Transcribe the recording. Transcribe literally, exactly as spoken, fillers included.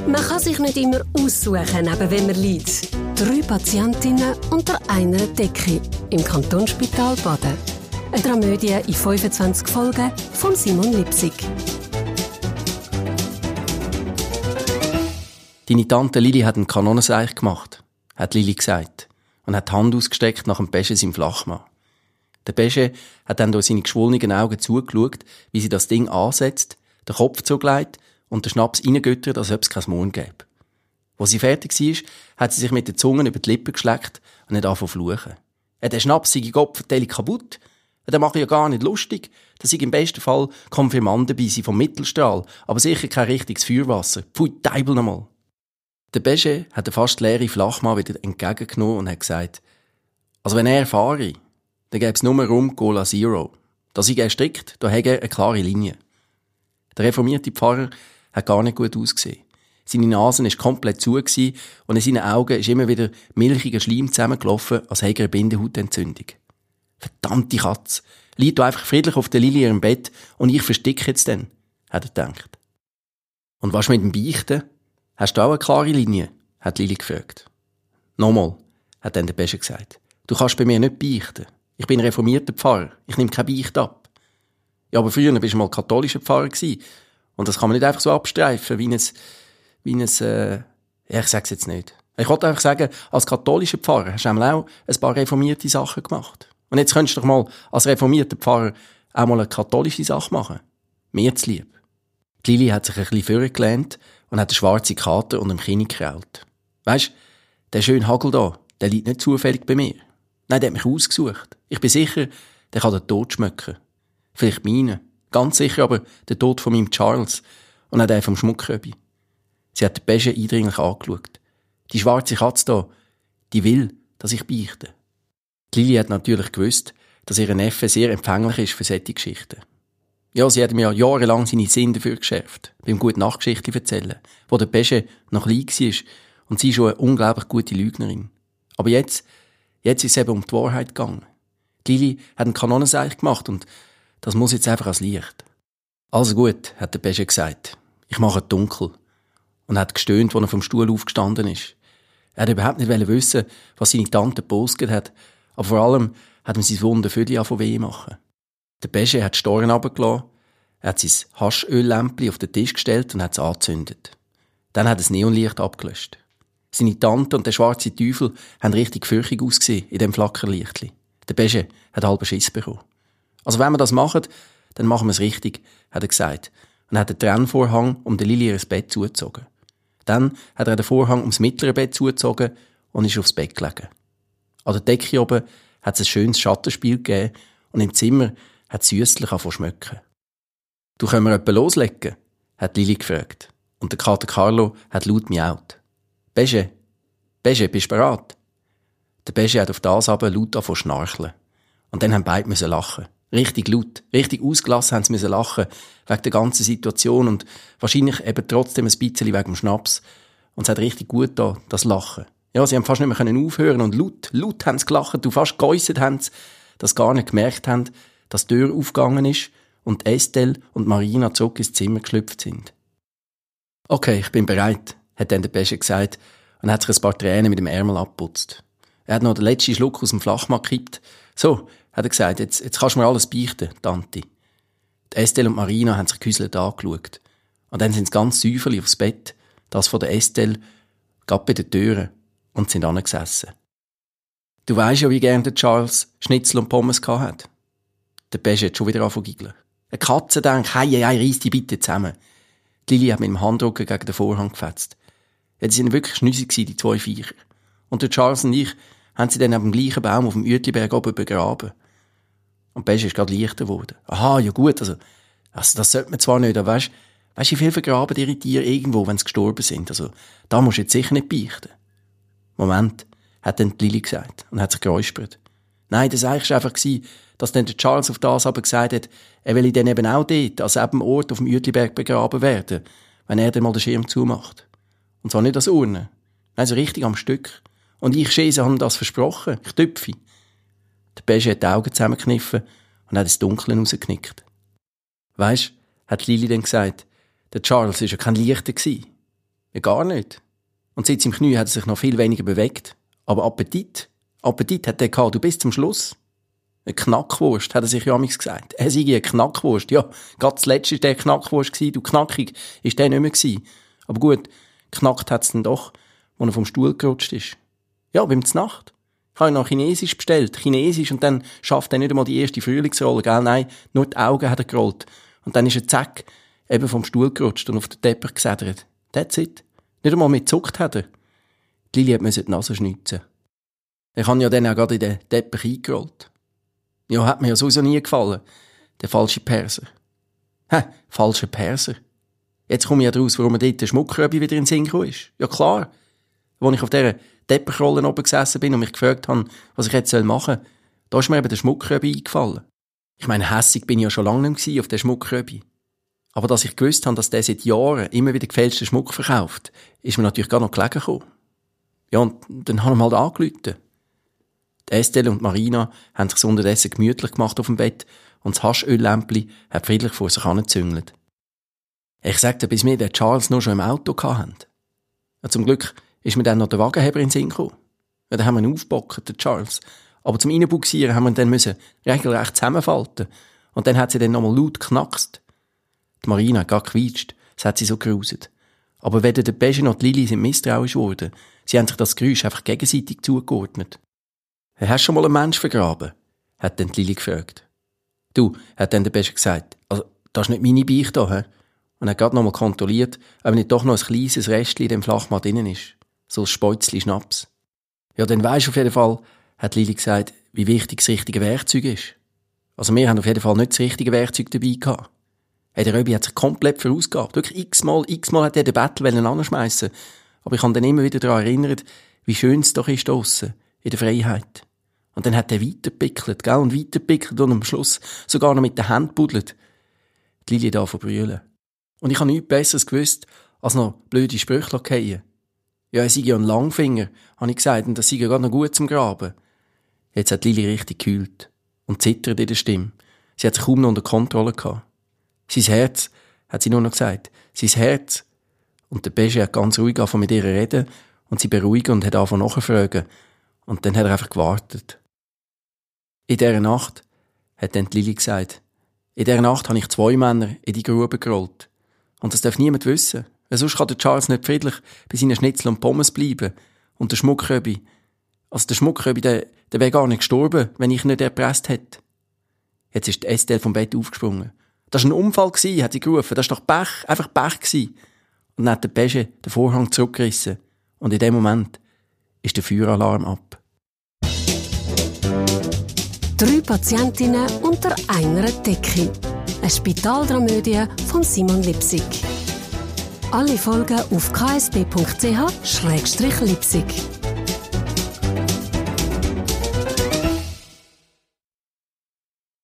Man kann sich nicht immer aussuchen, neben wem man liegt. Drei Patientinnen unter einer Decke im Kantonsspital Baden. Eine Dramödie in fünfundzwanzig Folgen von Simon Lipsig. Deine Tante Lili hat einen Kanonenseich gemacht, hat Lili gesagt, und hat die Hand ausgestreckt nach dem Pesche seinem Flachmann. Der Pesche hat dann durch seine geschwollenen Augen zugeschaut, wie sie das Ding ansetzt, den Kopf zugelegt und den Schnaps reingöttert, als ob es kein Morgen gäbe. Als sie fertig war, hat sie sich mit den Zungen über die Lippen geschleckt und nicht angefangen zu fluchen. Ja, der Schnaps sei Gopferteli kaputt. Ja, den mache ich ja gar nicht lustig. Das sei im besten Fall Konfirmandenbeise vom Mittelstrahl, aber sicher kein richtiges Feuerwasser. Pfui, Teibel nochmal. Der Pesche hat den fast leeren Flachmann wieder entgegengenommen und hat gesagt, also wenn er fahre, dann gäbe es nur Rum Cola Zero. Da sei er strikt, da hätte er eine klare Linie. Der reformierte Pfarrer hat gar nicht gut ausgesehen. Seine Nase war komplett zu gewesen und in seinen Augen ist immer wieder milchiger Schleim zusammengelaufen, als hätte er eine Bindehautentzündung. Verdammte Katze, liegt doch einfach friedlich auf der Lili im Bett und ich versticke jetzt dann, hat er gedacht. Und was mit dem Beichten? Hast du auch eine klare Linie? Hat Lili gefragt. Nochmal, hat dann der Pesche gesagt. Du kannst bei mir nicht beichten. Ich bin ein reformierter Pfarrer. Ich nehme keine Beichte ab. Ja, aber früher bist du mal katholischer Pfarrer gewesen. Und das kann man nicht einfach so abstreifen, wie ein, wie ein, äh, ja, ich sag's jetzt nicht. Ich wollte einfach sagen, als katholischer Pfarrer hast du auch ein paar reformierte Sachen gemacht. Und jetzt könntest du doch mal als reformierter Pfarrer auch mal eine katholische Sache machen. Mir zu lieb. Die Lili hat sich ein bisschen vorgelehnt und hat eine schwarze Kater unter dem Kinn gekrault. Weisst, der schöne Hagel da, der liegt nicht zufällig bei mir. Nein, der hat mich ausgesucht. Ich bin sicher, der kann den Tod schmecken. Vielleicht meinen. Ganz sicher aber der Tod von meinem Charles und auch der vom Schmuckröbi. Sie hat den Pesche eindringlich angeschaut. Die schwarze Katze da, die will, dass ich beichte. Die Lili hat natürlich gewusst, dass ihr Neffe sehr empfänglich ist für solche Geschichten. Ja, sie hat mir ja jahrelang seine Sinn dafür geschärft, beim gute Nachtgeschichten erzählen, wo der Pesche noch klein war und sie schon eine unglaublich gute Lügnerin. Aber jetzt, jetzt ist es eben um die Wahrheit gegangen. Die Lili hat einen Kanonenseich gemacht und das muss jetzt einfach ans Licht. Also gut, hat der Pesche gesagt. Ich mache es dunkel. Und hat gestöhnt, als er vom Stuhl aufgestanden ist. Er wollte überhaupt nicht wissen, was seine Tante gepostet hat, aber vor allem hat man sein Wunder für die von weh machen. Der Pesche hat die Storen runtergelassen, er hat sein Haschöllämpchen auf den Tisch gestellt und hat es angezündet. Dann hat er das Neonlicht abgelöscht. Seine Tante und der schwarze Teufel haben richtig fürchtig ausgesehen in dem Flackerlichtli. Der Pesche hat halben Schiss bekommen. Also wenn wir das machen, dann machen wir es richtig, hat er gesagt. Und hat den Trennvorhang um der Lili ihr Bett zugezogen. Dann hat er den Vorhang ums mittlere Bett zugezogen und ist aufs Bett gelegen. An der Decke oben hat es ein schönes Schattenspiel gegeben und im Zimmer hat es süsslich angefangen schmecken. «Du, können wir etwa loslegen?» hat Lili gefragt. Und der Kater Carlo hat laut miaut. «Pesche, Pesche, bist du bereit?» Der Pesche hat auf das aber laut angefangen schnarcheln. Und dann haben beide müssen lachen. Richtig laut, richtig ausgelassen haben sie müssen lachen, wegen der ganzen Situation und wahrscheinlich eben trotzdem ein bisschen wegen dem Schnaps. Und es hat richtig gut da, das Lachen. Ja, sie haben fast nicht mehr aufhören und laut, laut haben sie gelacht, und fast geäussert haben sie, dass sie gar nicht gemerkt haben, dass die Tür aufgegangen ist und Estelle und Marina zurück ins Zimmer geschlüpft sind. «Okay, ich bin bereit», hat dann der Pesche gesagt und hat sich ein paar Tränen mit dem Ärmel abgeputzt. Er hat noch den letzten Schluck aus dem Flachmann gekippt. «So», hat er gesagt, jetzt, jetzt kannst du mir alles beichten, Tante. Die Estelle und Marina haben sich gehäuselt angeschaut. Und dann sind sie ganz säuferlich aufs Bett, das von der Estelle, gerade bei den Türen, und sind angesessen. «Du weisst ja, wie gern der Charles Schnitzel und Pommes gehabt hat.» Der Pesche hat schon wieder angefangen zu giggeln. «Eine Katze denkt, hei, hei, reiss die bitte zusammen.» Die Lili hat mit dem Handrücken gegen den Vorhang gefetzt. Ja, die waren wirklich schnüssig, die zwei Viecher. Und der Charles und ich haben sie dann auf dem gleichen Baum auf dem Uetliberg oben begraben. Und Pesche ist gerade leichter geworden. Aha, ja gut, also, also das sollte man zwar nicht, aber weisst, weisst wie viel vergraben ihre Tiere irgendwo, wenn sie gestorben sind? Also, da musst du jetzt sicher nicht beichten. Moment, hat dann die Lili gesagt und hat sich geräuspert. Nein, das war eigentlich einfach, dass dann der Charles auf das aber gesagt hat, er will dann eben auch dort, also eben Ort auf dem Uetliberg begraben werden, wenn er dann mal den Schirm zumacht. Und zwar nicht als Urne, nein, so richtig am Stück. Und ich, Schäse, habe ihm das versprochen, ich tüpfe. Der Pesche hat die Augen zusammengekniffen und hat ins Dunkle rausgeknickt. Weisst, hat Lili dann gesagt, der Charles war ja kein Leichter gewesen. Ja, gar nicht. Und seit seinem Knie hat er sich noch viel weniger bewegt. Aber Appetit, Appetit hat er gehabt, du bis zum Schluss. Eine Knackwurst, hat er sich ja amigs gesagt. Er sei eine Knackwurst. Ja, gerade zuletzt war der Knackwurst gewesen. Du, knackig ist der nicht mehr gewesen. Aber gut, knackt hat's dann doch, als er vom Stuhl gerutscht ist. Ja, beim Znacht. Ich habe ihn noch Chinesisch bestellt. Chinesisch, und dann schafft er nicht einmal die erste Frühlingsrolle, gell? Nein, nur die Augen hat er gerollt. Und dann ist er zack, eben vom Stuhl gerutscht und auf den Teppich gesedert. That's it. Nicht einmal mit zuckt hat er. Die Lili musste die Nase schnitzen. Ich habe ja dann auch gerade in den Teppich eingerollt. Ja, hat mir ja sowieso nie gefallen. Der falsche Perser. Hä, falscher Perser? Jetzt komme ich ja daraus, warum mir dort der Schmuckröbi wieder in den Sinn gekommen ist. Ja klar. Als ich auf dieser Teppichrolle oben gesessen bin und mich gefragt habe, was ich jetzt machen soll, da ist mir eben der Schmuckröbi eingefallen. Ich meine, hässig bin ich ja schon lange nicht mehr auf den Schmuckröbi. Aber dass ich gewusst habe, dass der seit Jahren immer wieder gefälschten Schmuck verkauft, ist mir natürlich gar noch gelegen gekommen. Ja, und dann haben wir halt angerufen. Die Estelle und Marina haben sich unterdessen gemütlich gemacht auf dem Bett und das Haschöllämpli hat friedlich vor sich angezüngelt. Ich sagte, bis wir den Charles noch schon im Auto hatten. Ja, zum Glück ist mir dann noch der Wagenheber in den Sinn gekommen. Ja, dann haben wir ihn aufgebockt, den Charles. Aber zum Reinbuxieren haben wir ihn dann müssen regelrecht zusammenfalten. Und dann hat sie dann nochmal laut geknackst. Die Marina hat gar gequietscht. Das hat sie so geruset. Aber weder der Beige noch die Lili sind misstrauisch geworden. Sie haben sich das Geräusch einfach gegenseitig zugeordnet. Hast du schon mal einen Mensch vergraben? Hat dann die Lili gefragt. Du, hat dann der Beige gesagt, also, das ist nicht meine Beichte hier. Und er hat gerade noch mal kontrolliert, ob nicht doch noch ein kleines Restchen in dem Flachmann drinnen ist. So ein Speuzli Schnaps. Ja, dann weisst du auf jeden Fall, hat Lili gesagt, wie wichtig das richtige Werkzeug ist. Also wir haben auf jeden Fall nicht das richtige Werkzeug dabei gehabt. Hey, der Röbi hat sich komplett verausgabt. Wirklich x-mal, x-mal hat er den Battle anschmeissen. Aber ich habe dann immer wieder daran erinnert, wie schön es doch ist draussen, in der Freiheit. Und dann hat er weitergepickelt, gell, und weitergepickelt und am Schluss sogar noch mit den Händen buddelt. Die Lili da verbrüllen. Und ich habe nichts Besseres gewusst, als noch blöde Sprüche fallen. Ja, er sei ja ein Langfinger, habe ich gesagt, und das sei ja gerade noch gut zum Graben. Jetzt hat Lili richtig gekühlt und zittert in der Stimme. Sie hat sich kaum noch unter Kontrolle gehabt. Sein Herz, hat sie nur noch gesagt, sein Herz. Und der Beige hat ganz ruhig angefangen mit ihr reden und sie beruhigen und hat angefangen nachzufragen. Und dann hat er einfach gewartet. In dieser Nacht, hat dann die Lili gesagt, in dieser Nacht habe ich zwei Männer in die Grube gerollt. Und das darf niemand wissen. Weil sonst kann der Charles nicht friedlich bei seinen Schnitzel und Pommes bleiben. Und der Schmuckröbi, also der Schmuckröbi, der, der wäre gar nicht gestorben, wenn ich ihn nicht erpresst hätte. Jetzt ist die Estelle vom Bett aufgesprungen. Das war ein Unfall, hat sie gerufen. Das war doch Pech, einfach Pech gewesen. Und dann hat der Beige den Vorhang zurückgerissen. Und in dem Moment ist der Feueralarm ab. Drei Patientinnen unter einer Decke. Eine Spitaldramödie von Simon Lipsig. Alle Folgen auf k s b punkt c h schrägstrich lipsig.